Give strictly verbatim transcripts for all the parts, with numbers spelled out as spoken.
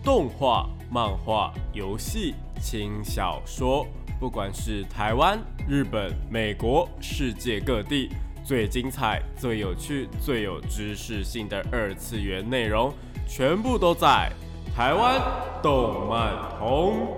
动画、漫画、游戏、轻小说，不管是台湾、日本、美国，世界各地，最精彩、最有趣、最有知识性的二次元内容，全部都在台湾动漫通。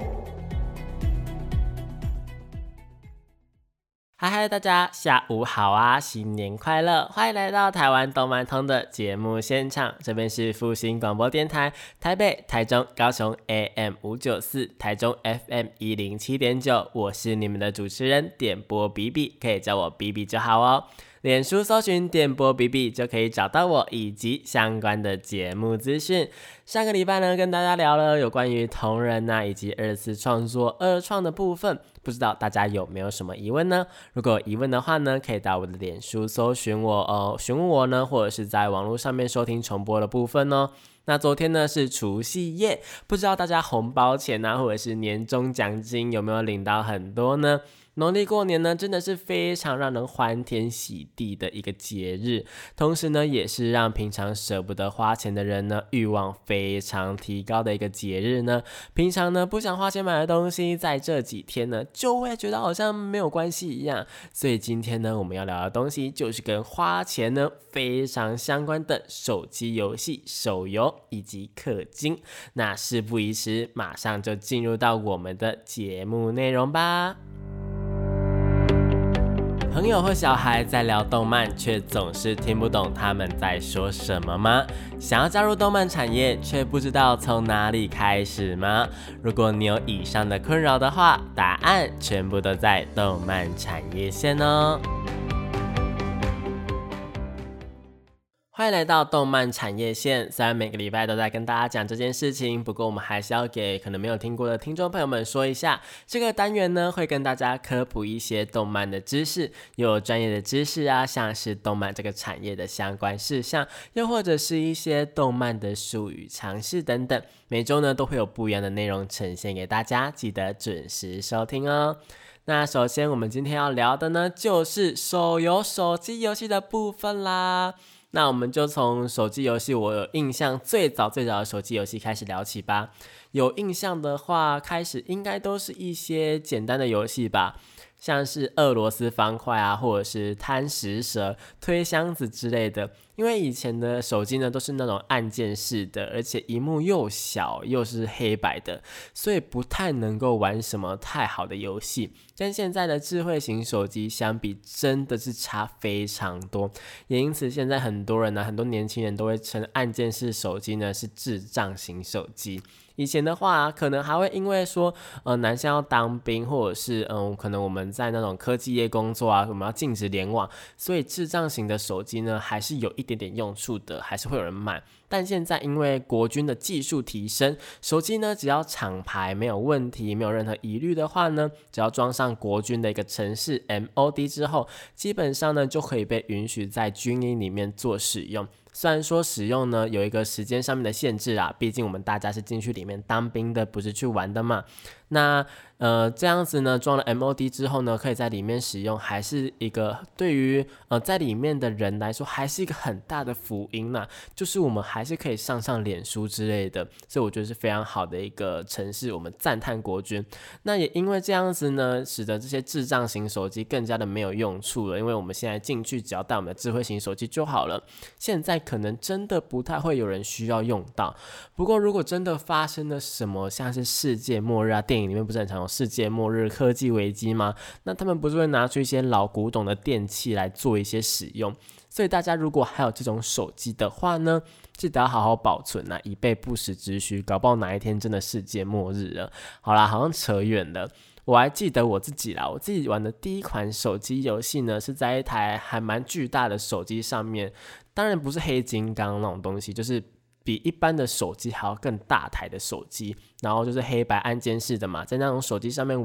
嗨嗨，大家下午好啊！新年快乐！欢迎来到台湾动漫通的节目现场，这边是复兴广播电台，台北、台中、高雄 A M 五九四，台中 F M 一零七点九，我是你们的主持人点播比比，可以叫我比比就好哦。脸书搜寻点播比比就可以找到我以及相关的节目资讯。上个礼拜呢，跟大家聊了有关于同人啊以及二次创作二创的部分，不知道大家有没有什么疑问呢？如果有疑问的话呢，可以到我的脸书搜寻我呃询问我呢，或者是在网络上面收听重播的部分哦。那昨天呢是除夕夜，不知道大家红包钱啊，或者是年终奖金有没有领到很多呢？农历过年呢，真的是非常让人欢天喜地的一个节日，同时呢，也是让平常舍不得花钱的人呢，欲望非常提高的一个节日呢。平常呢不想花钱买的东西，在这几天呢，就会觉得好像没有关系一样。所以今天呢，我们要聊的东西就是跟花钱呢非常相关的手机游戏、手游以及氪金。那事不宜迟，马上就进入到我们的节目内容吧。朋友或小孩在聊动漫，却总是听不懂他们在说什么吗？想要加入动漫产业，却不知道从哪里开始吗？如果你有以上的困扰的话，答案全部都在动漫产业线哦。欢迎来到动漫产业线，虽然每个礼拜都在跟大家讲这件事情，不过我们还是要给可能没有听过的听众朋友们说一下，这个单元呢会跟大家科普一些动漫的知识，又有专业的知识啊，像是动漫这个产业的相关事项，又或者是一些动漫的术语常识等等，每周呢都会有不一样的内容呈现给大家，记得准时收听哦。那首先我们今天要聊的呢就是手游手机游戏的部分啦。那我们就从手机游戏我有印象最早最早的手机游戏开始聊起吧。有印象的话，开始应该都是一些简单的游戏吧，像是俄罗斯方块啊，或者是贪食蛇、推箱子之类的。因为以前的手机呢都是那种按键式的，而且萤幕又小又是黑白的，所以不太能够玩什么太好的游戏。跟现在的智慧型手机相比，真的是差非常多。也因此现在很多人呢，很多年轻人都会称按键式手机呢是智障型手机。以前的话，可能还会因为说，呃，男生要当兵，或者是嗯，可能我们在那种科技业工作啊，我们要禁止联网，所以智障型的手机呢，还是有一点点用处的，还是会有人买。但现在因为国军的技术提升，手机呢只要厂牌没有问题，没有任何疑虑的话呢，只要装上国军的一个程式 M O D 之后，基本上呢就可以被允许在军营里面做使用。虽然说使用呢有一个时间上面的限制啊，毕竟我们大家是进去里面当兵的，不是去玩的嘛。那呃这样子呢，装了 M O D 之后呢，可以在里面使用，还是一个对于呃在里面的人来说，还是一个很大的福音啦。就是我们还是可以上上脸书之类的，所以我觉得是非常好的一个城市，我们赞叹国军。那也因为这样子呢，使得这些智障型手机更加的没有用处了，因为我们现在进去只要带我们的智慧型手机就好了。现在可能真的不太会有人需要用到。不过如果真的发生了什么像是世界末日啊，电影里面不是很常有世界末日科技危机吗？那他们不是会拿出一些老古董的电器来做一些使用。所以大家如果还有这种手机的话呢，记得要好好保存啊，以备不时之需，搞不好哪一天真的世界末日了。好啦，好像扯远了。我还记得我自己啦，我自己玩的第一款手机游戏呢，是在一台还蛮巨大的手机上面，当然不是黑金刚那种东西，就是比一般的手机还要更大台的手机，然后就是黑白按键式的嘛，在那种手机上面玩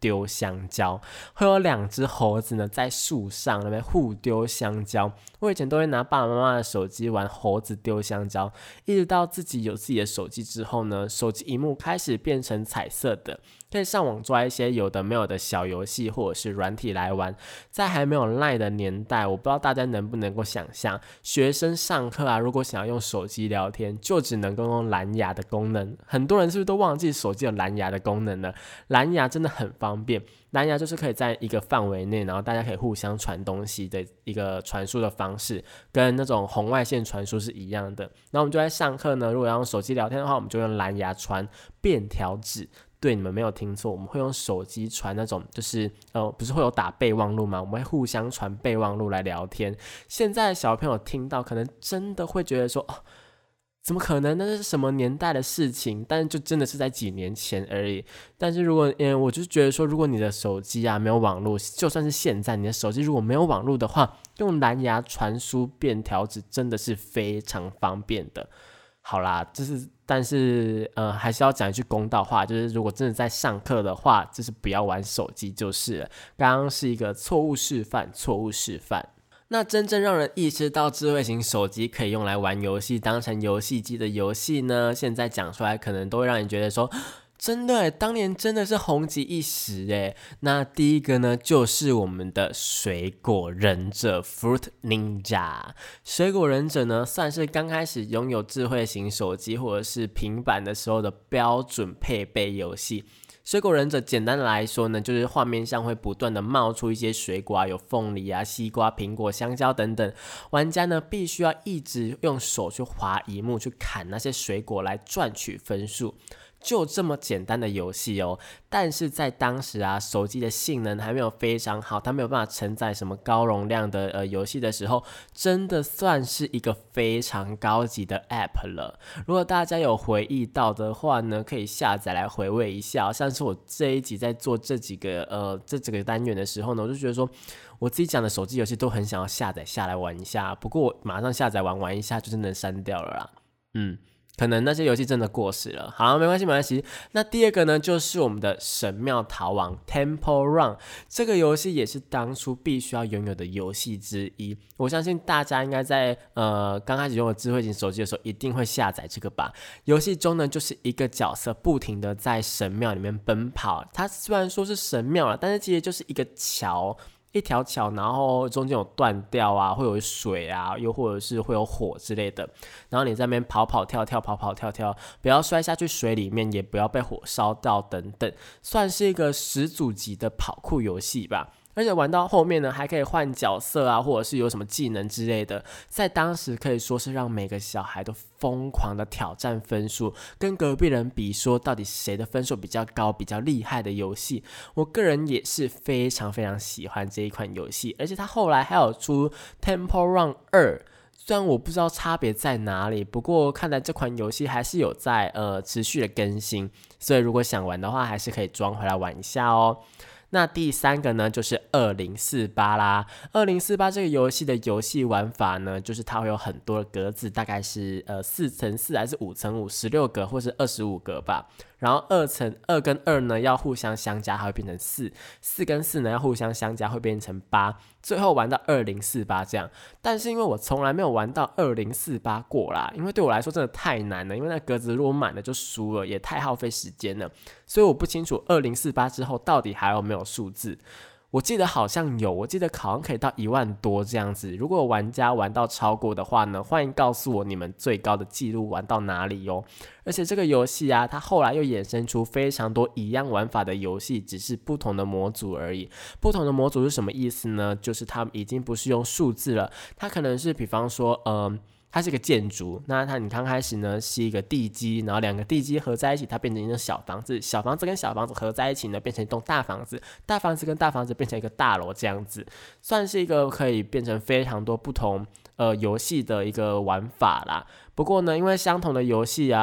丢香蕉，会有两只猴子呢在树上那边互丢香蕉。我以前都会拿爸爸妈妈的手机玩猴子丢香蕉，一直到自己有自己的手机之后呢，手机萤幕开始变成彩色的，可以上网抓一些有的没有的小游戏或者是软体来玩。在还没有 LINE 的年代，我不知道大家能不能够想象，学生上课啊，如果想要用手机聊天，就只能够用蓝牙的功能。很多人是不是都忘记手机有蓝牙的功能了？蓝牙真的很方便，蓝牙就是可以在一个范围内，然后大家可以互相传东西的一个传输的方式，跟那种红外线传输是一样的。然后我们就在上课呢，如果要用手机聊天的话，我们就用蓝牙传便条纸。对，你们没有听错，我们会用手机传那种，就是呃，不是会有打备忘录吗？我们会互相传备忘录来聊天。现在的小朋友听到，可能真的会觉得说，哦，怎么可能？那是什么年代的事情？但就真的是在几年前而已。但是如果，嗯，我就觉得说，如果你的手机啊没有网络，就算是现在你的手机如果没有网络的话，用蓝牙传输便条纸真的是非常方便的。好啦，就是但是呃，还是要讲一句公道话，就是如果真的在上课的话，就是不要玩手机就是了。刚刚是一个错误示范，错误示范。那真正让人意识到智慧型手机可以用来玩游戏，当成游戏机的游戏呢，现在讲出来可能都会让你觉得说，真的耶，当年真的是红极一时耶。那第一个呢，就是我们的水果忍者 Fruit Ninja。水果忍者呢，算是刚开始拥有智慧型手机或者是平板的时候的标准配备游戏。水果忍者简单的来说呢，就是画面上会不断的冒出一些水果啊，有凤梨啊、西瓜、苹果、香蕉等等。玩家呢必须要一直用手去滑萤幕，去砍那些水果来赚取分数。就这么简单的游戏哦，但是在当时啊，手机的性能还没有非常好，它没有办法承载什么高容量的呃游戏的时候，真的算是一个非常高级的 app 了。如果大家有回忆到的话呢，可以下载来回味一下。像是我这一集在做这几个呃这几个单元的时候呢，我就觉得说，我自己讲的手机游戏都很想要下载下来玩一下，不过我马上下载完玩一下就真的删掉了啦。嗯。可能那些游戏真的过时了，好，没关系没关系。那第二个呢，就是我们的神庙逃亡 Temple Run。 这个游戏也是当初必须要拥有的游戏之一，我相信大家应该在呃刚开始拥有智慧型手机的时候一定会下载这个吧。游戏中呢，就是一个角色不停的在神庙里面奔跑，它虽然说是神庙了，但是其实就是一个桥，一条桥，然后中间有断掉啊，会有水啊，又或者是会有火之类的，然后你在那边跑跑跳跳跑跑跳跳，不要摔下去水里面，也不要被火烧到等等，算是一个始祖级的跑酷游戏吧。而且玩到后面呢，还可以换角色啊，或者是有什么技能之类的，在当时可以说是让每个小孩都疯狂的挑战分数，跟隔壁人比说到底谁的分数比较高比较厉害的游戏。我个人也是非常非常喜欢这一款游戏，而且它后来还有出 Temple Run 二，虽然我不知道差别在哪里，不过看来这款游戏还是有在呃持续的更新，所以如果想玩的话，还是可以装回来玩一下哦。那第三个呢，就是二零四八啦。二零四八这个游戏的游戏玩法呢，就是它会有很多的格子，大概是呃四乘四还是五乘五，十六格或是二十五格吧。然后二乘二跟二呢要互相相加，它会变成四；四跟四呢要互相相加，会变成八。最后玩到二零四八这样。但是因为我从来没有玩到二零四八过啦，因为对我来说真的太难了，因为那格子如果满了就输了，也太耗费时间了，所以我不清楚二零四八之后到底还有没有数字。我记得好像有，我记得好像可以到一万多这样子。如果有玩家玩到超过的话呢，欢迎告诉我你们最高的记录玩到哪里哦。而且这个游戏啊，它后来又衍生出非常多一样玩法的游戏，只是不同的模组而已。不同的模组是什么意思呢？就是它已经不是用数字了，它可能是比方说，嗯。它是一个建筑，那它你刚开始呢是一个地基，然后两个地基合在一起，它变成一栋小房子，小房子跟小房子合在一起呢，变成一栋大房子，大房子跟大房子变成一个大楼，这样子，算是一个可以变成非常多不同呃游戏的一个玩法啦。不过呢，因为相同的游戏啊。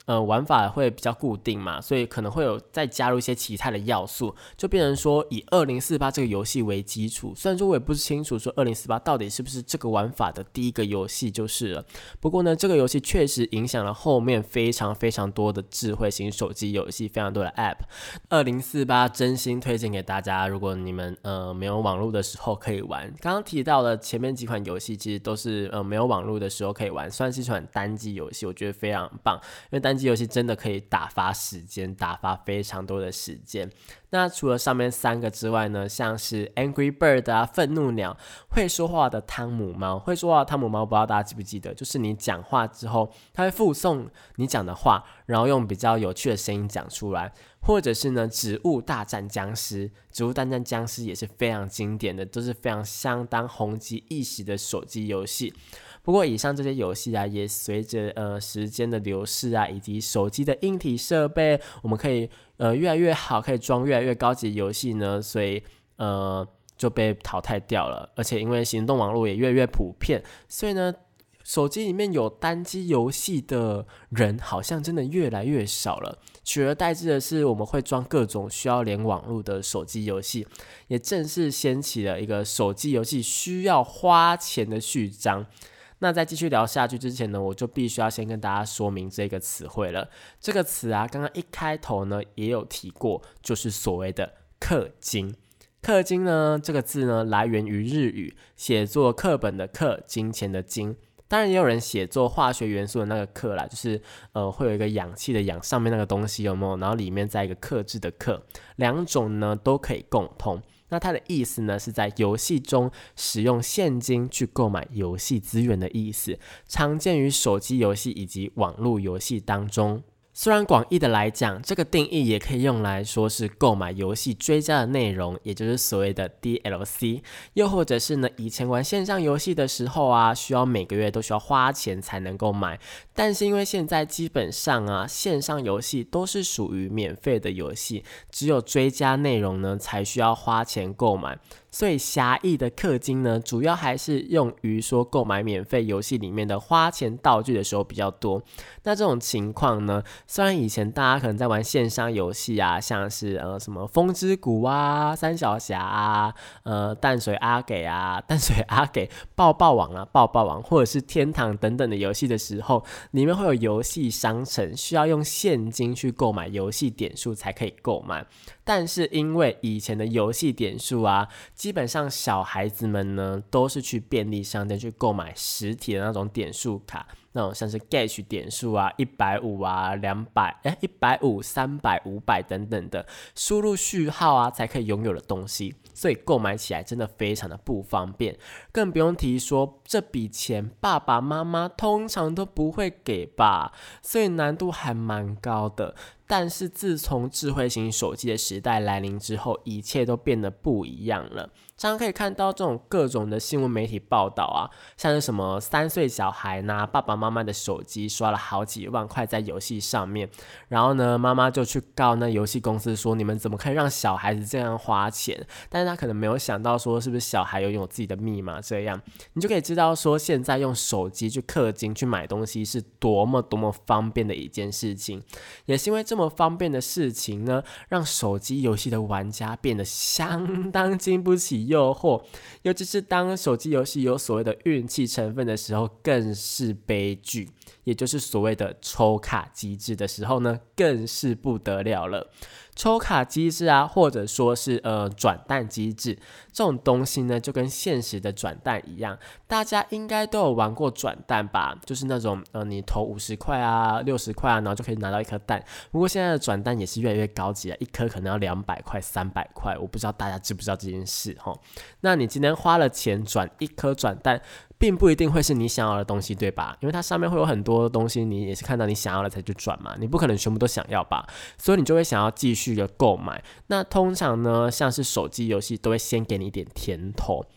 呃玩法会比较固定嘛，所以可能会有再加入一些其他的要素，就变成说以二零四八这个游戏为基础。虽然说我也不清楚说二零四八到底是不是这个玩法的第一个游戏就是了，不过呢这个游戏确实影响了后面非常非常多的智慧型手机游戏，非常多的 App。 二零四八真心推荐给大家，如果你们呃没有网络的时候可以玩。刚刚提到的前面几款游戏其实都是呃没有网络的时候可以玩，算是一款单机游戏，我觉得非常棒，因为单机游戏真的可以打发时间，打发非常多的时间。那除了上面三个之外呢，像是 Angry Bird 啊、愤怒鸟、会说话的汤姆猫。会说话的汤姆猫不知道大家记不记得，就是你讲话之后它会附送你讲的话，然后用比较有趣的声音讲出来。或者是呢植物大战僵尸，植物大战僵尸也是非常经典的，都是非常相当红极一时的手机游戏。不过以上这些游戏啊，也随着呃时间的流逝啊，以及手机的硬体设备，我们可以呃越来越好，可以装越来越高级的游戏呢，所以呃就被淘汰掉了。而且因为行动网络也越来越普遍，所以呢手机里面有单机游戏的人好像真的越来越少了，取而代之的是我们会装各种需要连网络的手机游戏，也正式掀起了一个手机游戏需要花钱的序章。那在继续聊下去之前呢，我就必须要先跟大家说明这个词汇了。这个词啊，刚刚一开头呢也有提过，就是所谓的氪金。氪金呢这个字呢来源于日语，写作课本的课，金钱的金。当然也有人写作化学元素的那个克啦，就是呃会有一个氧气的氧上面那个东西有没有，然后里面再一个克制的克，两种呢都可以共通。那它的意思呢是在游戏中使用现金去购买游戏资源的意思，常见于手机游戏以及网络游戏当中。虽然广义的来讲，这个定义也可以用来说是购买游戏追加的内容，也就是所谓的 D L C， 又或者是呢以前玩线上游戏的时候啊，需要每个月都需要花钱才能够买，但是因为现在基本上啊线上游戏都是属于免费的游戏，只有追加内容呢才需要花钱购买，所以狭义的氪金呢主要还是用于说购买免费游戏里面的花钱道具的时候比较多。那这种情况呢，虽然以前大家可能在玩线上游戏啊，像是呃什么风之谷啊、三小侠啊、呃淡水阿给啊、淡水阿给、爆爆王啊、爆爆王，或者是天堂等等的游戏的时候，里面会有游戏商城，需要用现金去购买游戏点数才可以购买。但是因为以前的游戏点数啊，基本上小孩子们呢都是去便利商店去购买实体的那种点数卡，那种像是 Gage 点数啊、一百五啊、两百哎、一百五、三百、五百等等的，输入序号啊才可以拥有的东西，所以购买起来真的非常的不方便。更不用提说这笔钱爸爸妈妈通常都不会给吧，所以难度还蛮高的。但是自从智慧型手机的时代来临之后，一切都变得不一样了。常常可以看到这种各种的新闻媒体报道啊，像是什么三岁小孩拿爸爸妈妈的手机刷了好几万块在游戏上面，然后呢妈妈就去告那游戏公司说你们怎么可以让小孩子这样花钱，但是他可能没有想到说是不是小孩有拥有自己的密码，这样你就可以知道说现在用手机去氪金去买东西是多么多么方便的一件事情。也是因为这么方便的事情呢，让手机游戏的玩家变得相当经不起诱惑，尤其是当手机游戏有所谓的运气成分的时候，更是悲剧。也就是所谓的抽卡机制的时候呢，更是不得了了。抽卡机制啊，或者说是呃转蛋机制，这种东西呢，就跟现实的转蛋一样，大家应该都有玩过转蛋吧？就是那种呃你投五十块啊、六十块啊，然后就可以拿到一颗蛋。不过现在的转蛋也是越来越高级了，一颗可能要两百块、三百块，我不知道大家知不知道这件事齁。那你今天花了钱转一颗转蛋，并不一定会是你想要的东西，对吧？因为它上面会有很多东西，你也是看到你想要的才去转嘛，你不可能全部都想要吧，所以你就会想要继续的购买。那通常呢，像是手机游戏都会先给你一点甜头，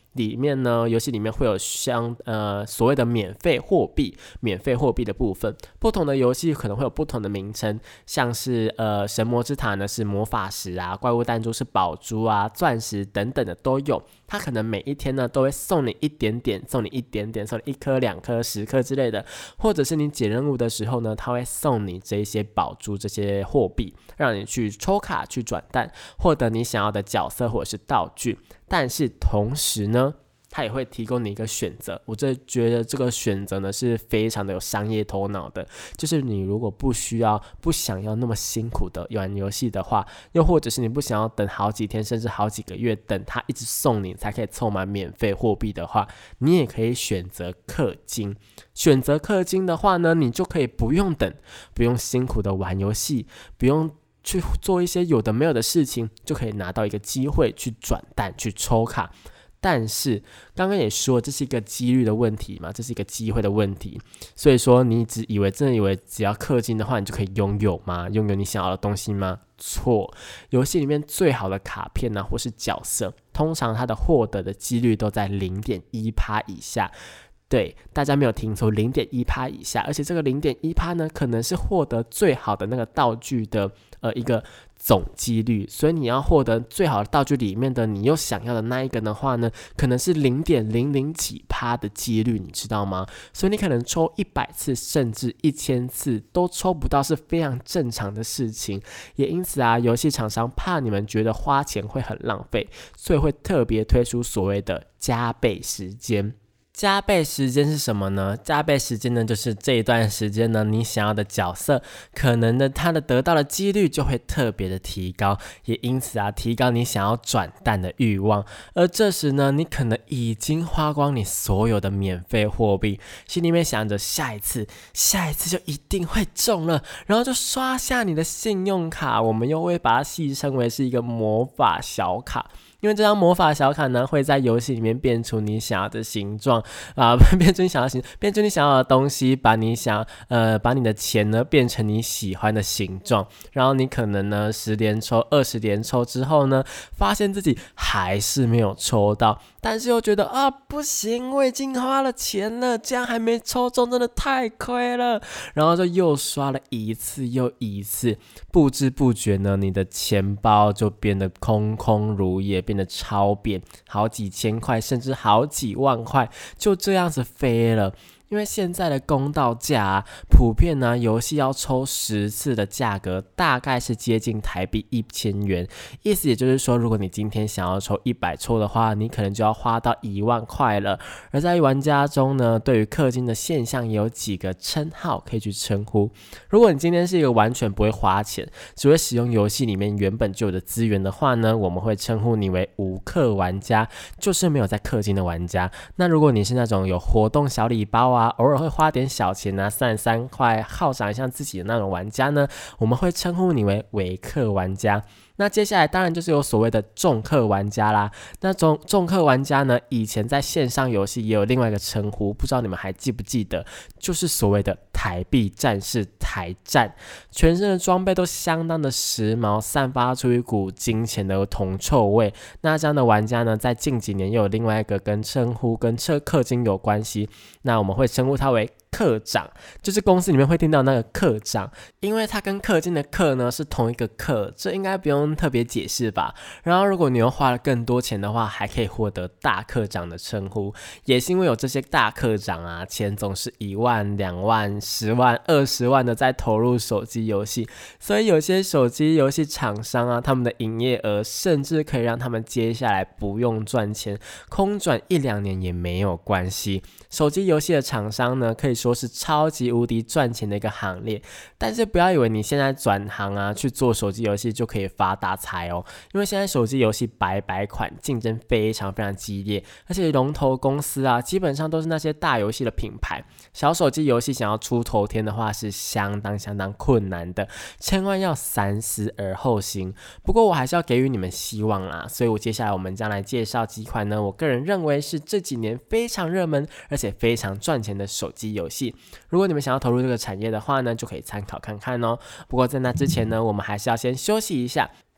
里面呢，游戏里面会有相呃所谓的免费货币，免费货币的部分，不同的游戏可能会有不同的名称，像是呃神魔之塔呢是魔法石啊，怪物弹珠是宝珠啊，钻石等等的都有。它可能每一天呢都会送你一点点，送你一点点，送你一颗、两颗、十颗之类的，或者是你解任务的时候呢，它会送你这些宝珠、这些货币，让你去抽卡、去转蛋，获得你想要的角色或者是道具。但是同时呢，它也会提供你一个选择，我这觉得这个选择呢是非常的有商业头脑的，就是你如果不需要、不想要那么辛苦的玩游戏的话，又或者是你不想要等好几天甚至好几个月，等它一直送你才可以凑满免费货币的话，你也可以选择氪金。选择氪金的话呢，你就可以不用等，不用辛苦的玩游戏，不用去做一些有的没有的事情，就可以拿到一个机会去转蛋、去抽卡。但是刚刚也说这是一个几率的问题嘛，这是一个机会的问题，所以说你只以为真的以为只要氪金的话你就可以拥有吗？拥有你想要的东西吗？错，游戏里面最好的卡片呢、啊、或是角色，通常它的获得的几率都在 零点一 以下。对，大家没有听错， 零点一 以下，而且这个 零点一 呢可能是获得最好的那个道具的呃一个总几率，所以你要获得最好的道具里面的你又想要的那一个的话呢，可能是 零点零零几%的几率，你知道吗？所以你可能抽一百次甚至一千次都抽不到，是非常正常的事情。也因此啊，游戏厂商怕你们觉得花钱会很浪费，所以会特别推出所谓的加倍时间。加倍时间是什么呢？加倍时间呢，就是这一段时间呢，你想要的角色可能呢，它的得到的几率就会特别的提高，也因此啊，提高你想要转蛋的欲望。而这时呢，你可能已经花光你所有的免费货币，心里面想着下一次，下一次就一定会中了，然后就刷下你的信用卡，我们又会把它戏称为是一个魔法小卡。因为这张魔法小卡呢，会在游戏里面变出你想要的形状啊，变出你想要的形，变出你想要的东西，把你想呃，把你的钱呢变成你喜欢的形状，然后你可能呢十连抽、二十连抽之后呢，发现自己还是没有抽到，但是又觉得啊不行，我已经花了钱了，这样还没抽中，真的太亏了，然后就又刷了一次又一次，不知不觉呢，你的钱包就变得空空如也。变得超扁，好几千块甚至好几万块就这样子飞了。因为现在的公道价、啊、普遍呢，游戏要抽十次的价格大概是接近台币一千元，意思也就是说，如果你今天想要抽一百抽的话，你可能就要花到一万块了。而在玩家中呢，对于氪金的现象也有几个称号可以去称呼。如果你今天是一个完全不会花钱，只会使用游戏里面原本就有的资源的话呢，我们会称呼你为无氪玩家，就是没有在氪金的玩家。那如果你是那种有活动小礼包啊，偶尔会花点小钱啊，三十三块犒赏一下自己的那种玩家呢，我们会称呼你为微氪玩家。那接下来当然就是有所谓的重氪玩家啦。那重重氪玩家呢，以前在线上游戏也有另外一个称呼，不知道你们还记不记得，就是所谓的台币战士台战，全身的装备都相当的时髦，散发出一股金钱的铜臭味。那这样的玩家呢，在近几年又有另外一个跟称呼跟氪金有关系，那我们会称呼他为课长，就是公司里面会听到那个课长，因为他跟氪金的氪呢是同一个氪，这应该不用特别解释吧。然后如果你又花了更多钱的话，还可以获得大课长的称呼，也是因为有这些大课长啊，钱总是一万、两万、十万、二十万的在投入手机游戏，所以有些手机游戏厂商啊，他们的营业额甚至可以让他们接下来不用赚钱，空转一两年也没有关系。手机游戏的厂商呢，可以说是超级无敌赚钱的一个行列，但是不要以为你现在转行啊去做手机游戏就可以发大财哦，因为现在手机游戏百百款，竞争非常非常激烈，而且龙头公司啊基本上都是那些大游戏的品牌，小手机游戏想要出头天的话是相当相当困难的，千万要三思而后行。不过我还是要给予你们希望啦，所以我接下来我们将来介绍几款呢，我个人认为是这几年非常热门而且非常赚钱的手机游戏。如果你们想要投入这个产业的话呢，就可以参考看看哦。不过在那之前呢，我们还是要先休息一下。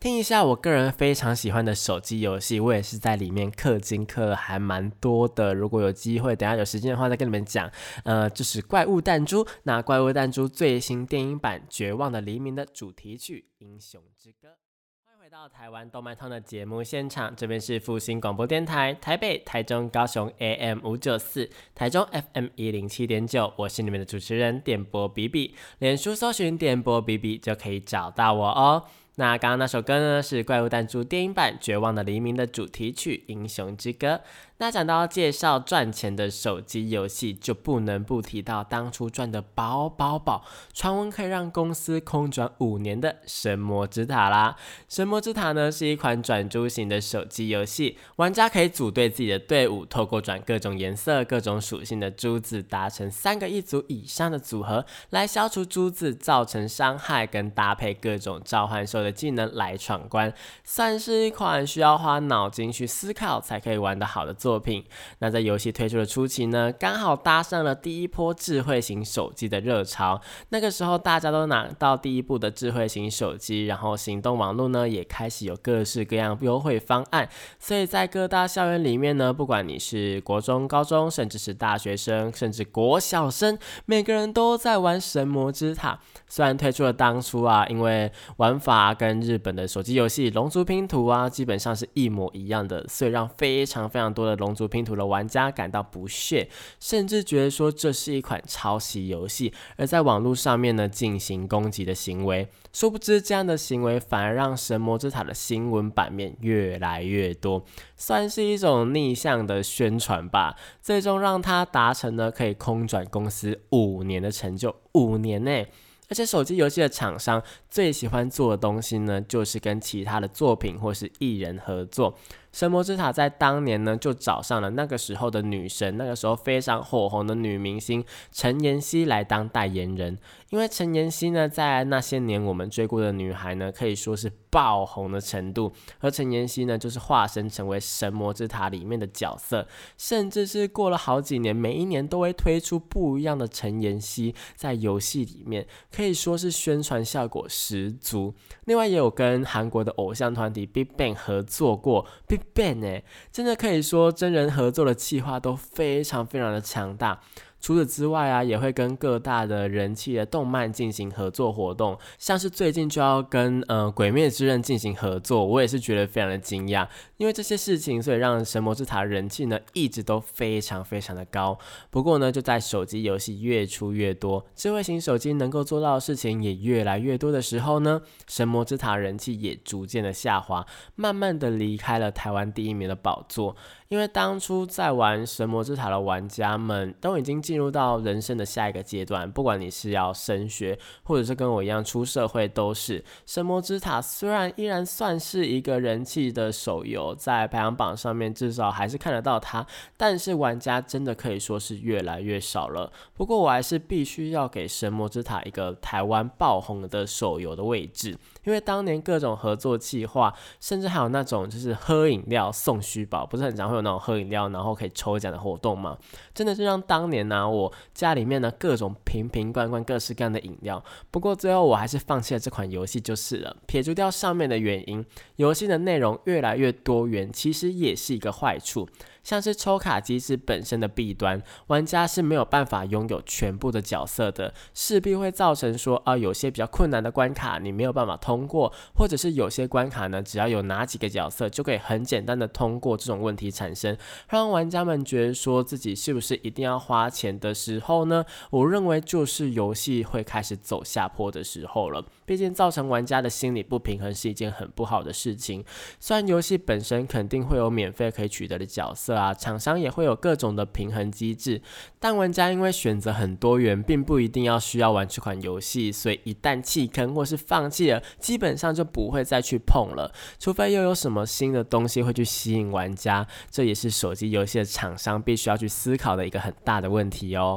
听一下我个人非常喜欢的手机游戏，我也是在里面氪金氪了还蛮多的。如果有机会，等一下有时间的话再跟你们讲。呃，就是怪物弹珠，那怪物弹珠最新电影版《绝望的黎明》的主题曲《英雄之歌》。欢迎回到台湾动漫通的节目现场，这边是复兴广播电台台北、台中、高雄 A M 五九四，台中 F M 一零七点九，我是你们的主持人电波比比，脸书搜寻电波比比就可以找到我哦。那刚刚那首歌呢，是怪物弹珠电影版《绝望的黎明》的主题曲《英雄之歌》。那讲到介绍赚钱的手机游戏，就不能不提到当初赚的饱饱饱，传闻可以让公司空转五年的神魔之塔啦。神魔之塔呢，是一款转珠型的手机游戏，玩家可以组队自己的队伍，透过转各种颜色、各种属性的珠子，达成三个一组以上的组合，来消除珠子造成伤害，跟搭配各种召唤兽的技能来闯关，算是一款需要花脑筋去思考才可以玩得好的作品。那在游戏推出的初期呢，刚好搭上了第一波智慧型手机的热潮，那个时候大家都拿到第一部的智慧型手机，然后行动网络呢也开始有各式各样优惠方案，所以在各大校园里面呢，不管你是国中、高中，甚至是大学生，甚至国小生，每个人都在玩神魔之塔。虽然推出了当初啊，因为玩法跟日本的手机游戏龙族拼图啊基本上是一模一样的，所以让非常非常多的龙族拼图的玩家感到不屑，甚至觉得说这是一款抄袭游戏，而在网络上面呢进行攻击的行为。殊不知这样的行为反而让神魔之塔的新闻版面越来越多，算是一种逆向的宣传吧，最终让它达成了可以空转公司五年的成就。五年耶！而且手机游戏的厂商最喜欢做的东西呢，就是跟其他的作品或是艺人合作。神魔之塔在当年呢，就找上了那个时候的女神，那个时候非常火红的女明星陈妍希来当代言人。因为陈妍希呢，在那些年我们追过的女孩呢，可以说是爆红的程度，而陈妍希呢，就是化身成为神魔之塔里面的角色，甚至是过了好几年，每一年都会推出不一样的陈妍希在游戏里面，可以说是宣传效果十足。另外也有跟韩国的偶像团体 Big Bang 合作过 ，Big Bang 哎，真的可以说真人合作的企划都非常非常的强大。除此之外啊，也会跟各大的人气的动漫进行合作活动，像是最近就要跟呃《鬼灭之刃》进行合作，我也是觉得非常的惊讶，因为这些事情，所以让神魔之塔的人气呢一直都非常非常的高。不过呢，就在手机游戏越出越多，智慧型手机能够做到的事情也越来越多的时候呢，神魔之塔人气也逐渐的下滑，慢慢的离开了台湾第一名的宝座。因为当初在玩神魔之塔的玩家们都已经进入到人生的下一个阶段，不管你是要升学，或者是跟我一样出社会，都是神魔之塔虽然依然算是一个人气的手游，在排行榜上面至少还是看得到它，但是玩家真的可以说是越来越少了。不过我还是必须要给神魔之塔一个台湾爆红的手游的位置，因为当年各种合作企划，甚至还有那种就是喝饮料送虚宝，不是很常会有那种喝饮料然后可以抽奖的活动吗？真的是让当年呢、啊、我家里面呢各种瓶瓶罐罐各式各样的饮料。不过最后我还是放弃了这款游戏就是了。撇除掉上面的原因，游戏的内容越来越多元，其实也是一个坏处。像是抽卡机制本身的弊端，玩家是没有办法拥有全部的角色的，势必会造成说啊、呃，有些比较困难的关卡你没有办法通过，或者是有些关卡呢，只要有哪几个角色就可以很简单的通过，这种问题产生，让玩家们觉得说自己是不是一定要花钱的时候呢，我认为就是游戏会开始走下坡的时候了。毕竟造成玩家的心理不平衡是一件很不好的事情。虽然游戏本身肯定会有免费可以取得的角色啊，厂商也会有各种的平衡机制，但玩家因为选择很多元，并不一定要需要玩这款游戏，所以一旦弃坑或是放弃了，基本上就不会再去碰了，除非又有什么新的东西会去吸引玩家，这也是手机游戏的厂商必须要去思考的一个很大的问题哦。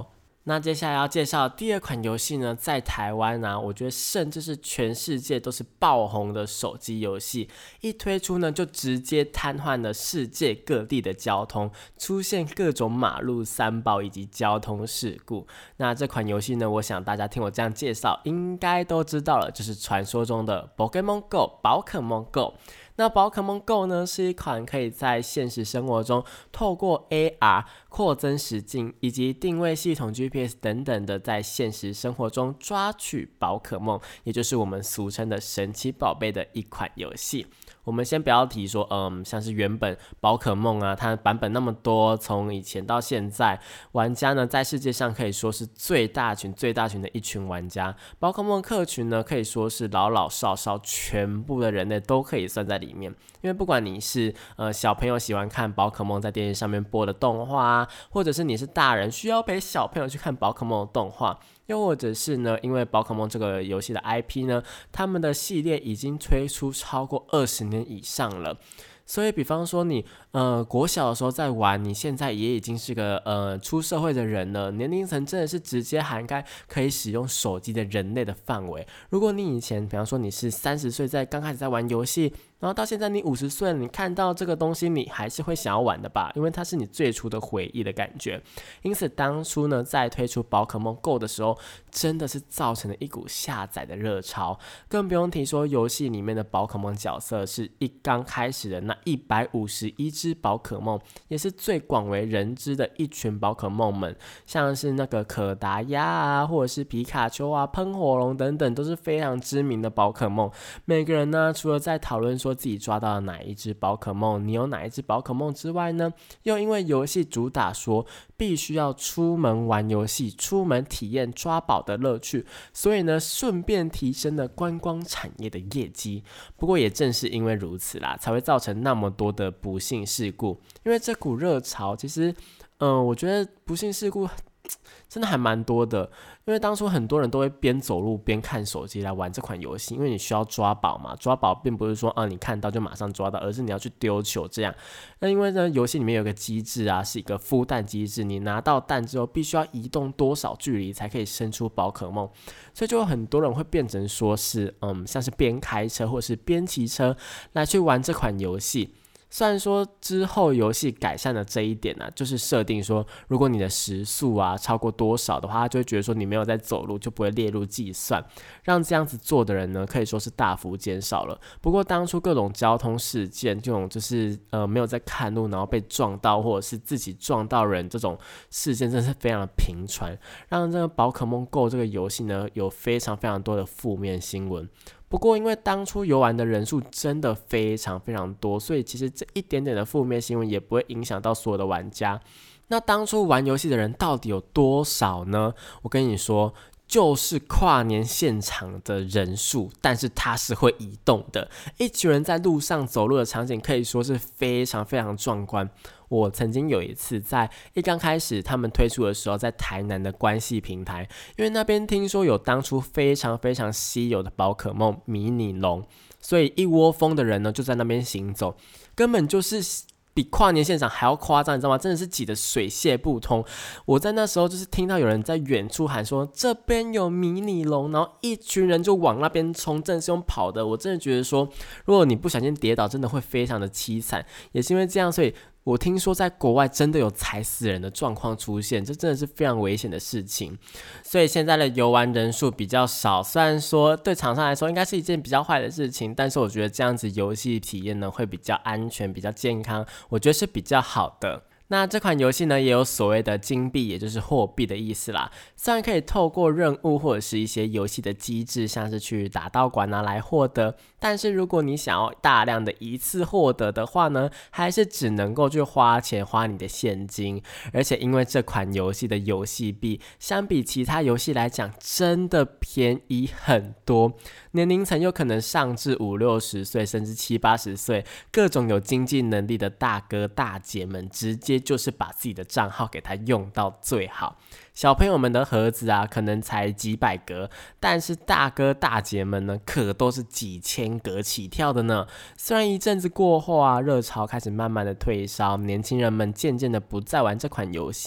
那接下来要介绍的第二款游戏呢，在台湾啊，我觉得甚至是全世界都是爆红的手机游戏，一推出呢就直接瘫痪了世界各地的交通，出现各种马路三宝以及交通事故。那这款游戏呢，我想大家听我这样介绍应该都知道了，就是传说中的 Pokémon Go 宝可梦 Go。那宝可梦 Go 呢，是一款可以在现实生活中透过 A R 扩增实境以及定位系统 G P S 等等的，在现实生活中抓取宝可梦，也就是我们俗称的神奇宝贝的一款游戏。我们先不要提说，嗯，像是原本宝可梦啊，它的版本那么多，从以前到现在，玩家呢在世界上可以说是最大群、最大群的一群玩家。宝可梦客群呢，可以说是老老少少，全部的人类都可以算在里面。因为不管你是呃小朋友喜欢看宝可梦在电视上面播的动画啊，或者是你是大人需要陪小朋友去看宝可梦的动画。又或者是呢，因为宝可梦这个游戏的 I P 呢，他们的系列已经推出超过二十年以上了，所以比方说你呃国小的时候在玩，你现在也已经是个呃出社会的人了，年龄层真的是直接涵盖可以使用手机的人类的范围。如果你以前比方说你是三十岁在刚开始在玩游戏，然后到现在你五十岁了，你看到这个东西你还是会想要玩的吧，因为它是你最初的回忆的感觉。因此当初呢在推出宝可梦 Go 的时候，真的是造成了一股下载的热潮，更不用提说游戏里面的宝可梦角色是一刚开始的那一百五十一只宝可梦，也是最广为人知的一群宝可梦们，像是那个可达鸭啊，或者是皮卡丘啊、喷火龙等等，都是非常知名的宝可梦。每个人呢除了在讨论说自己抓到了哪一只宝可梦，你有哪一只宝可梦之外呢，又因为游戏主打说必须要出门玩游戏，出门体验抓宝的乐趣，所以呢顺便提升了观光产业的业绩。不过也正是因为如此啦，才会造成那么多的不幸事故。因为这股热潮其实嗯、呃，我觉得不幸事故真的还蛮多的，因为当初很多人都会边走路边看手机来玩这款游戏，因为你需要抓宝嘛，抓宝并不是说啊你看到就马上抓到，而是你要去丢球这样。那因为呢游戏里面有个机制啊，是一个孵蛋机制，你拿到蛋之后必须要移动多少距离才可以生出宝可梦，所以就有很多人会变成说是嗯像是边开车或是边骑车来去玩这款游戏。虽然说之后游戏改善了这一点啊，就是设定说如果你的时速啊超过多少的话，他就会觉得说你没有在走路，就不会列入计算，让这样子做的人呢可以说是大幅减少了。不过当初各种交通事件，这种就是呃没有在看路然后被撞到，或者是自己撞到人，这种事件真的是非常的频传，让这个宝可梦 Go 这个游戏呢有非常非常多的负面新闻。不过因为当初游玩的人数真的非常非常多，所以其实这一点点的负面新闻也不会影响到所有的玩家。那当初玩游戏的人到底有多少呢？我跟你说，就是跨年现场的人数，但是它是会移动的，一群人在路上走路的场景可以说是非常非常壮观。我曾经有一次在一刚开始他们推出的时候，在台南的关系平台，因为那边听说有当初非常非常稀有的宝可梦迷你龙，所以一窝蜂的人呢就在那边行走，根本就是比跨年现场还要夸张，你知道吗？真的是挤得水泄不通。我在那时候就是听到有人在远处喊说这边有迷你龙，然后一群人就往那边冲，真的是用跑的。我真的觉得说如果你不小心跌倒真的会非常的凄惨，也是因为这样，所以我听说在国外真的有踩死人的状况出现，这真的是非常危险的事情。所以现在的游玩人数比较少，虽然说对厂商来说应该是一件比较坏的事情，但是我觉得这样子游戏体验呢会比较安全比较健康，我觉得是比较好的。那这款游戏呢也有所谓的金币，也就是货币的意思啦。虽然可以透过任务或者是一些游戏的机制，像是去打道馆啊来获得，但是如果你想要大量的一次获得的话呢，还是只能够去花钱花你的现金。而且因为这款游戏的游戏币相比其他游戏来讲真的便宜很多，年龄层有可能上至五六十岁甚至七八十岁，各种有经济能力的大哥大姐们直接就是把自己的账号给它用到最好。小朋友们的盒子啊可能才几百格，但是大哥大姐们呢可都是几千格起跳的呢。虽然一阵子过后啊，热潮开始慢慢的退烧，年轻人们渐渐的不再玩这款游戏，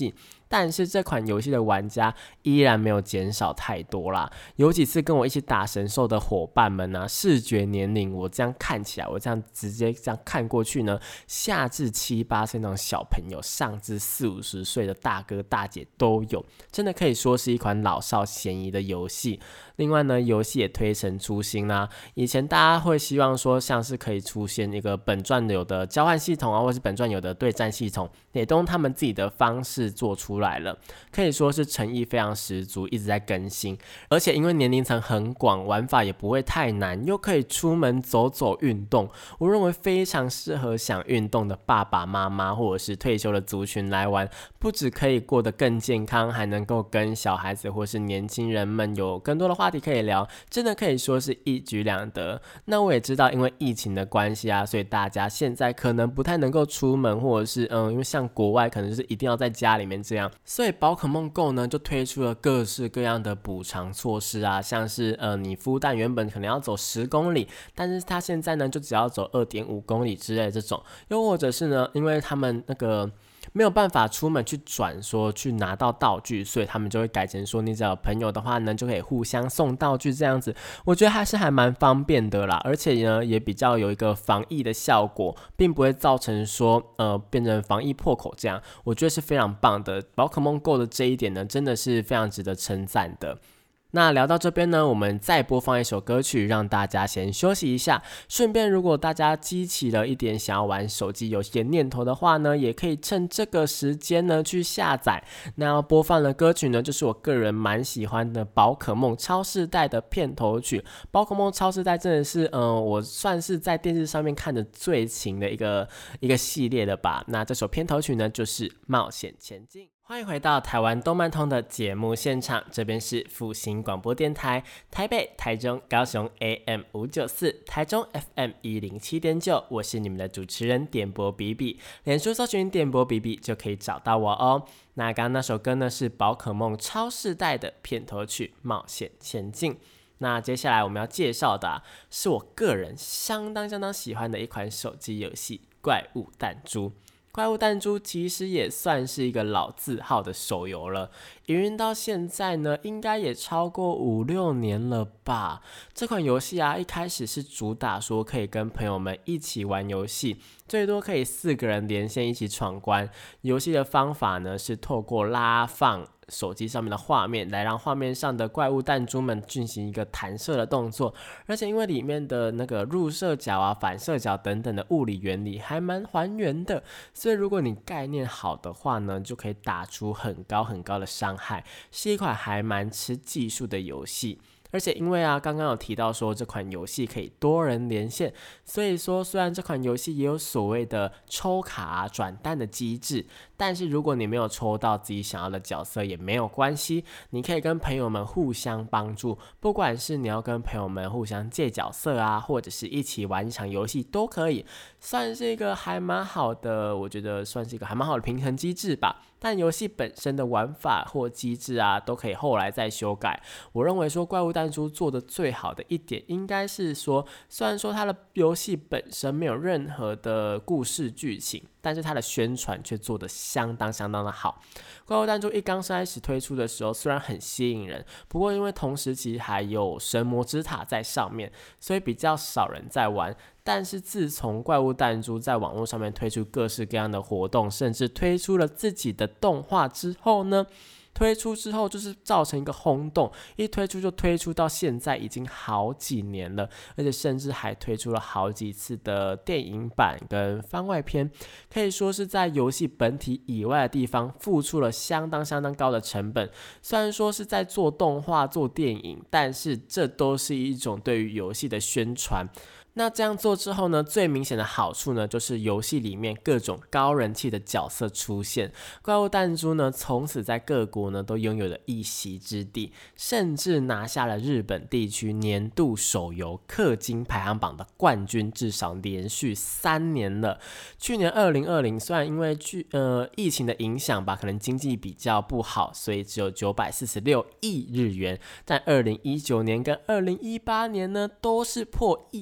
但是这款游戏的玩家依然没有减少太多啦。有几次跟我一起打神兽的伙伴们啊，视觉年龄我这样看起来，我这样直接这样看过去呢，下至七八岁那种小朋友，上至四五十岁的大哥大姐都有，真的可以说是一款老少咸宜的游戏。另外呢，游戏也推陈出新啦。以前大家会希望说，像是可以出现一个本传有的交换系统啊，或是本传有的对战系统，也都用他们自己的方式做出来了，可以说是诚意非常十足，一直在更新。而且因为年龄层很广，玩法也不会太难，又可以出门走走运动，我认为非常适合想运动的爸爸妈妈或者是退休的族群来玩，不只可以过得更健康，还能够跟小孩子或是年轻人们有更多的话题可以聊，真的可以说是一举两得。那我也知道因为疫情的关系啊，所以大家现在可能不太能够出门，或者是嗯，因为像国外可能就是一定要在家里面这样，所以宝可梦 Go 呢就推出了各式各样的补偿措施啊，像是呃你孵蛋原本可能要走十公里，但是它现在呢就只要走 二点五公里之类的这种，又或者是呢因为他们那个没有办法出门去转说去拿到道具，所以他们就会改成说你只要有朋友的话呢就可以互相送道具这样子。我觉得还是还蛮方便的啦，而且呢也比较有一个防疫的效果，并不会造成说呃变成防疫破口这样，我觉得是非常棒的。宝可梦 Go 的这一点呢真的是非常值得称赞的。那聊到这边呢，我们再播放一首歌曲，让大家先休息一下。顺便，如果大家激起了一点想要玩手机游戏的念头的话呢，也可以趁这个时间呢去下载。那要播放的歌曲呢，就是我个人蛮喜欢的宝可梦超世代的片头曲。宝可梦超世代真的是，嗯、呃，我算是在电视上面看的最勤的一个一个系列了吧。那这首片头曲呢，就是《冒险前进》。欢迎回到台湾动漫通的节目现场，这边是复兴广播电台，台北、台中、高雄 A M 五九四，台中 F M 一零七点九，我是你们的主持人点播比比，脸书搜寻点播比比就可以找到我哦。那刚刚那首歌呢是宝可梦超世代的片头曲《冒险前进》。那接下来我们要介绍的、啊、是我个人相当相当喜欢的一款手机游戏《怪物弹珠》。怪物弹珠其实也算是一个老字号的手游了，营运到现在呢，应该也超过五六年了吧。这款游戏啊，一开始是主打说可以跟朋友们一起玩游戏，最多可以四个人连线一起闯关。游戏的方法呢，是透过拉放手机上面的画面，来让画面上的怪物弹珠们进行一个弹射的动作，而且因为里面的那个入射角啊、反射角等等的物理原理还蛮还原的，所以如果你概念好的话呢，就可以打出很高很高的伤害，是一款还蛮吃技术的游戏。而且因为啊，刚刚有提到说这款游戏可以多人连线，所以说虽然这款游戏也有所谓的抽卡啊、转蛋的机制，但是如果你没有抽到自己想要的角色也没有关系，你可以跟朋友们互相帮助，不管是你要跟朋友们互相借角色啊，或者是一起玩一场游戏都可以，算是一个还蛮好的，我觉得算是一个还蛮好的平衡机制吧。但游戏本身的玩法或机制啊，都可以后来再修改。我认为说怪物弹珠做的最好的一点，应该是说，虽然说它的游戏本身没有任何的故事剧情，但是它的宣传却做得相当相当的好。怪物弹珠一刚开始推出的时候，虽然很吸引人，不过因为同时期还有神魔之塔在上面，所以比较少人在玩。但是自从怪物弹珠在网络上面推出各式各样的活动，甚至推出了自己的动画之后呢，推出之后就是造成一个轰动，一推出就推出到现在已经好几年了，而且甚至还推出了好几次的电影版跟番外篇，可以说是在游戏本体以外的地方付出了相当相当高的成本。虽然说是在做动画做电影，但是这都是一种对于游戏的宣传。那这样做之后呢，最明显的好处呢，就是游戏里面各种高人气的角色出现，怪物弹珠呢，从此在各国呢都拥有了一席之地，甚至拿下了日本地区年度手游氪金排行榜的冠军，至少连续三年了。去年二零二零虽然因为剧呃疫情的影响吧，可能经济比较不好，所以只有九百四十六亿日元，但二零一九年跟二零一八年呢，都是破一千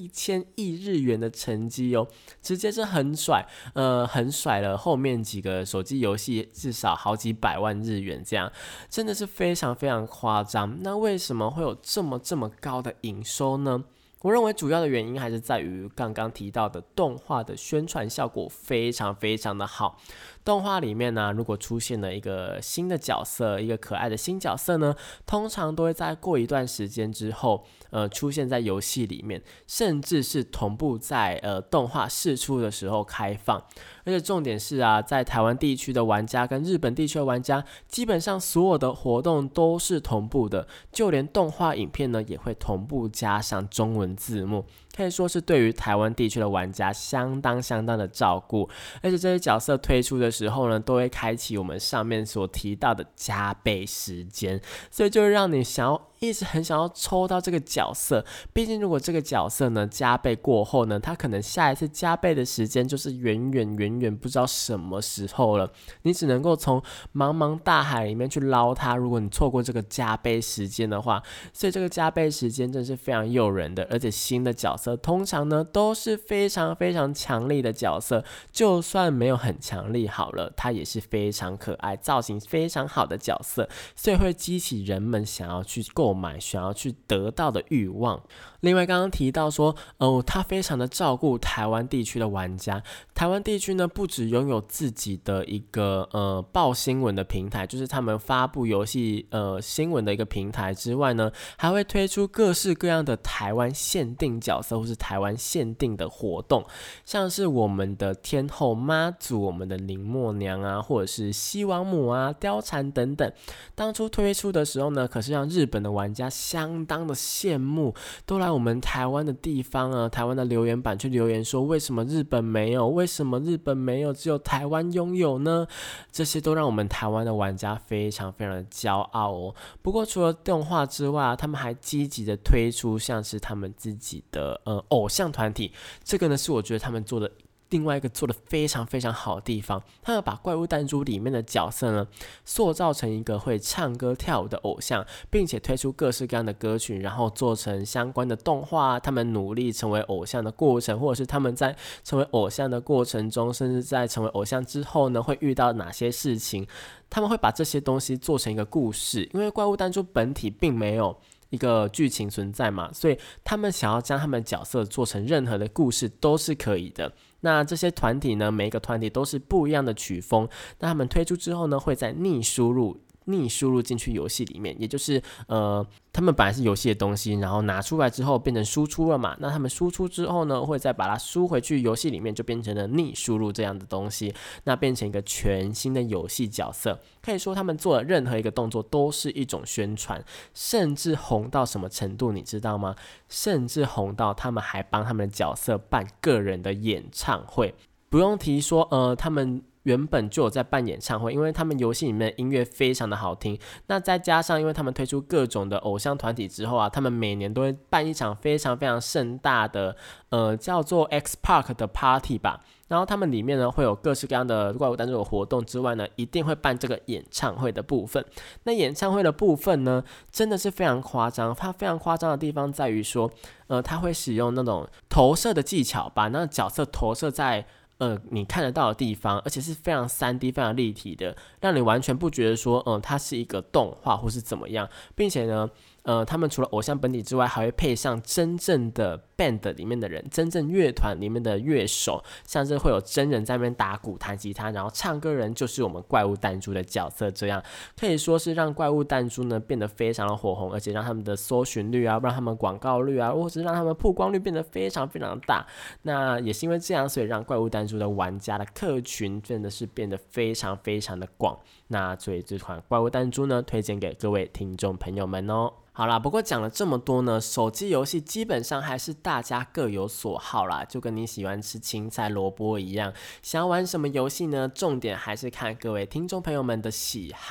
亿日元的成绩哦，直接是很甩，呃，很甩了后面几个手机游戏至少好几百万日元这样，真的是非常非常夸张。那为什么会有这么这么高的营收呢？我认为主要的原因还是在于刚刚提到的动画的宣传效果非常非常的好。动画里面呢，如果出现了一个新的角色，一个可爱的新角色呢，通常都会在过一段时间之后，呃，出现在游戏里面，甚至是同步在呃动画释出的时候开放。而且重点是啊，在台湾地区的玩家跟日本地区的玩家，基本上所有的活动都是同步的，就连动画影片呢也会同步加上中文字幕，可以说是对于台湾地区的玩家相当相当的照顾。而且这些角色推出的时候呢，都会开启我们上面所提到的加倍时间，所以就会让你想要一直很想要抽到这个角色。毕竟如果这个角色呢加倍过后呢，他可能下一次加倍的时间就是远远远远不知道什么时候了，你只能够从茫茫大海里面去捞它，如果你错过这个加倍时间的话，所以这个加倍时间真是非常诱人的。而且新的角色通常呢都是非常非常强力的角色，就算没有很强力好了，它也是非常可爱、造型非常好的角色，所以会激起人们想要去购买、想要去得到的欲望。另外刚刚提到说哦，他非常的照顾台湾地区的玩家。台湾地区呢不只拥有自己的一个呃报新闻的平台，就是他们发布游戏呃新闻的一个平台之外呢，还会推出各式各样的台湾限定角色或是台湾限定的活动，像是我们的天后妈祖、我们的林默娘啊，或者是西王母啊、貂蝉等等。当初推出的时候呢，可是让日本的玩家相当的羡慕，都来我们台湾的地方啊，台湾的留言板去留言说，为什么日本没有？为什么日本没有？只有台湾拥有呢？这些都让我们台湾的玩家非常非常的骄傲哦。不过除了动画之外啊，他们还积极的推出像是他们自己的呃偶像团体，这个呢是我觉得他们做的另外一个做的非常非常好的地方，他们把怪物弹珠里面的角色呢塑造成一个会唱歌跳舞的偶像，并且推出各式各样的歌曲，然后做成相关的动画，他们努力成为偶像的过程，或者是他们在成为偶像的过程中，甚至在成为偶像之后呢会遇到哪些事情，他们会把这些东西做成一个故事。因为怪物弹珠本体并没有一个剧情存在嘛，所以他们想要将他们角色做成任何的故事都是可以的。那这些团体呢，每一个团体都是不一样的曲风，那他们推出之后呢，会再逆输入逆输入进去游戏里面，也就是呃，他们本来是游戏的东西，然后拿出来之后变成输出了嘛，那他们输出之后呢，会再把它输回去游戏里面，就变成了逆输入这样的东西，那变成一个全新的游戏角色。可以说他们做的任何一个动作都是一种宣传，甚至红到什么程度你知道吗？甚至红到他们还帮他们的角色办个人的演唱会，不用提说呃，他们原本就有在办演唱会，因为他们游戏里面的音乐非常的好听，那再加上因为他们推出各种的偶像团体之后啊，他们每年都会办一场非常非常盛大的呃叫做 X Park 的 Party 吧，然后他们里面呢会有各式各样的怪物弹珠的活动之外呢，一定会办这个演唱会的部分。那演唱会的部分呢真的是非常夸张，它非常夸张的地方在于说呃，它会使用那种投射的技巧，把那个角色投射在呃，你看得到的地方，而且是非常 三 D 非常立体的，让你完全不觉得说嗯，它是一个动画或是怎么样，并且呢呃，他们除了偶像本体之外，还会配上真正的 band 里面的人，真正乐团里面的乐手，像是会有真人在那边打鼓弹吉他，然后唱歌人就是我们怪物弹珠的角色，这样可以说是让怪物弹珠呢变得非常的火红，而且让他们的搜寻率啊，让他们广告率啊，或者是让他们曝光率变得非常非常大。那也是因为这样，所以让怪物弹珠的玩家的客群真的是变得非常非常的广。那所以这款怪物弹珠呢，推荐给各位听众朋友们哦。好啦，不过讲了这么多呢，手机游戏基本上还是大家各有所好啦，就跟你喜欢吃青菜萝卜一样，想要玩什么游戏呢？重点还是看各位听众朋友们的喜好。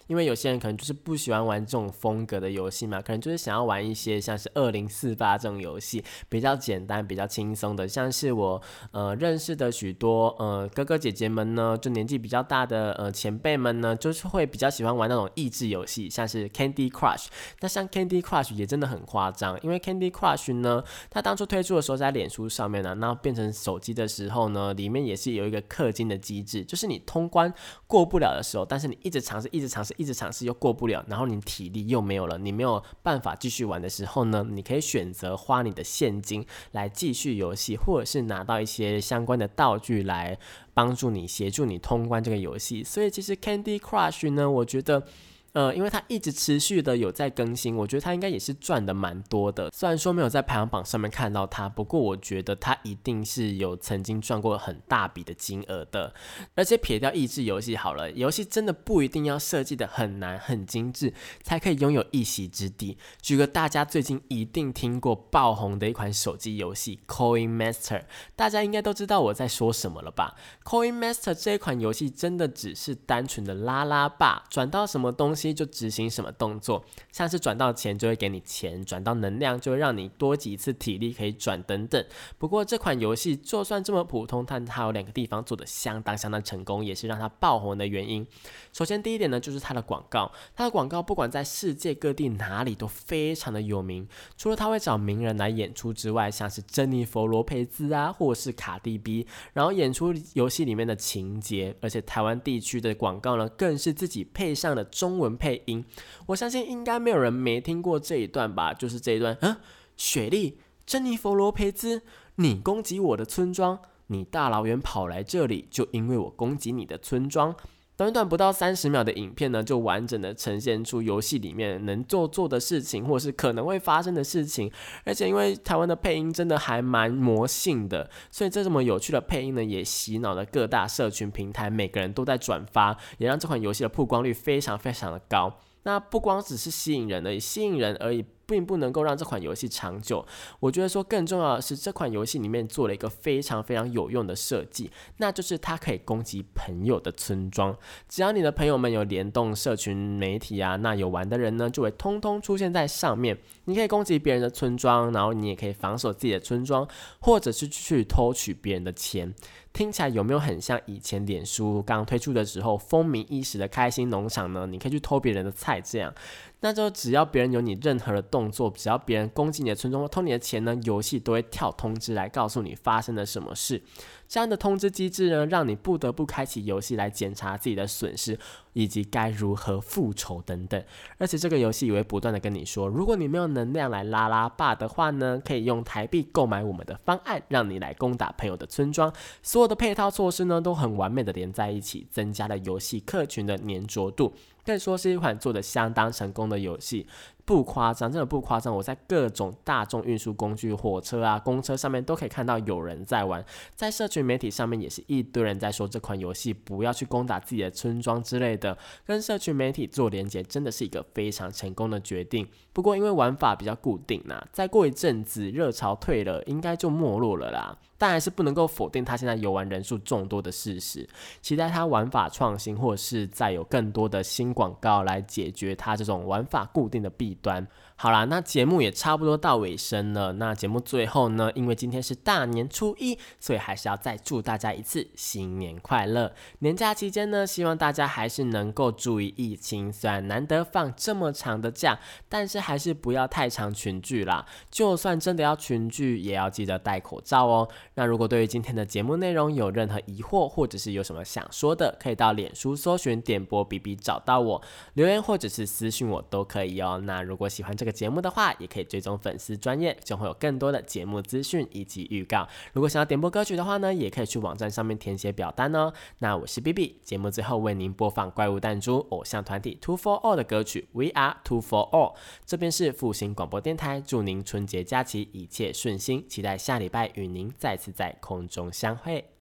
因为有些人可能就是不喜欢玩这种风格的游戏嘛，可能就是想要玩一些像是二零四八这种游戏，比较简单比较轻松的，像是我呃认识的许多呃哥哥姐姐们呢，就年纪比较大的呃前辈们呢，就是会比较喜欢玩那种益智游戏，像是 Candy Crush。 那像 Candy Crush 也真的很夸张，因为 Candy Crush 呢，它当初推出的时候在脸书上面呢、啊，那变成手机的时候呢，里面也是有一个氪金的机制，就是你通关过不了的时候，但是你一直尝试一直尝试一直尝试又过不了，然后你体力又没有了，你没有办法继续玩的时候呢，你可以选择花你的现金来继续游戏，或者是拿到一些相关的道具来帮助你协助你通关这个游戏。所以其实 Candy Crush 呢，我觉得呃，因为它一直持续的有在更新，我觉得它应该也是赚的蛮多的。虽然说没有在排行榜上面看到它，不过我觉得它一定是有曾经赚过很大笔的金额的。而且撇掉益智游戏好了，游戏真的不一定要设计的很难很精致才可以拥有一席之地。举个大家最近一定听过爆红的一款手机游戏 Coin Master， 大家应该都知道我在说什么了吧？ Coin Master 这一款游戏真的只是单纯的拉拉霸，转到什么东西就执行什么动作，像是转到钱就会给你钱，转到能量就会让你多几次体力可以转等等。不过这款游戏就算这么普通，但它有两个地方做得相当相当成功，也是让它爆红的原因。首先第一点呢，就是它的广告，它的广告不管在世界各地哪里都非常的有名。除了它会找名人来演出之外，像是珍妮佛罗培兹啊，或者是卡蒂 B， 然后演出游戏里面的情节，而且台湾地区的广告呢，更是自己配上了中文配音。我相信应该没有人没听过这一段吧，就是这一段啊，雪莉，珍妮佛罗培兹，你攻击我的村庄，你大老远跑来这里，就因为我攻击你的村庄。短短不到三十秒的影片呢，就完整的呈现出游戏里面能做做的事情，或是可能会发生的事情。而且因为台湾的配音真的还蛮魔性的，所以这么有趣的配音呢，也洗脑了各大社群平台，每个人都在转发，也让这款游戏的曝光率非常非常的高。那不光只是吸引人而已，吸引人而已并不能够让这款游戏长久。我觉得说更重要的是，这款游戏里面做了一个非常非常有用的设计，那就是它可以攻击朋友的村庄。只要你的朋友们有联动社群媒体啊，那有玩的人呢就会通通出现在上面。你可以攻击别人的村庄，然后你也可以防守自己的村庄，或者是去偷取别人的钱。听起来有没有很像以前脸书刚推出的时候风靡一时的开心农场呢？你可以去偷别人的菜这样。那就只要别人有你任何的动作，只要别人攻击你的村庄或偷你的钱呢，游戏都会跳通知来告诉你发生了什么事。这样的通知机制呢，让你不得不开启游戏来检查自己的损失，以及该如何复仇等等。而且这个游戏也会不断的跟你说，如果你没有能量来拉拉霸的话呢，可以用台币购买我们的方案，让你来攻打朋友的村庄。所有的配套措施呢，都很完美的连在一起，增加了游戏客群的粘着度。可以说是一款做得相当成功的游戏，不夸张，真的不夸张。我在各种大众运输工具，火车啊、公车上面都可以看到有人在玩，在社群媒体上面也是一堆人在说这款游戏不要去攻打自己的村庄之类的，跟社群媒体做连结，真的是一个非常成功的决定。不过因为玩法比较固定啦，再过一阵子热潮退了，应该就没落了啦。但还是不能够否定它现在游玩人数众多的事实，期待它玩法创新，或者是再有更多的新广告来解决它这种玩法固定的弊端。好啦，那节目也差不多到尾声了。那节目最后呢，因为今天是大年初一，所以还是要再祝大家一次新年快乐。年假期间呢，希望大家还是能够注意疫情，虽然难得放这么长的假，但是还是不要太常群聚啦。就算真的要群聚，也要记得戴口罩哦。那如果对于今天的节目内容有任何疑惑，或者是有什么想说的，可以到脸书搜寻点播 B B 找到我，留言或者是私讯我都可以哦。那如果喜欢这个节目的话，也可以追踪粉丝专页，就会有更多的节目资讯以及预告。如果想要点播歌曲的话呢，也可以去网站上面填写表单哦。那我是 B B， 节目最后为您播放怪物弹珠偶像团体 Two for All 的歌曲 We Are Two for All。这边是复兴广播电台，祝您春节假期一切顺心，期待下礼拜与您再次在空中相会。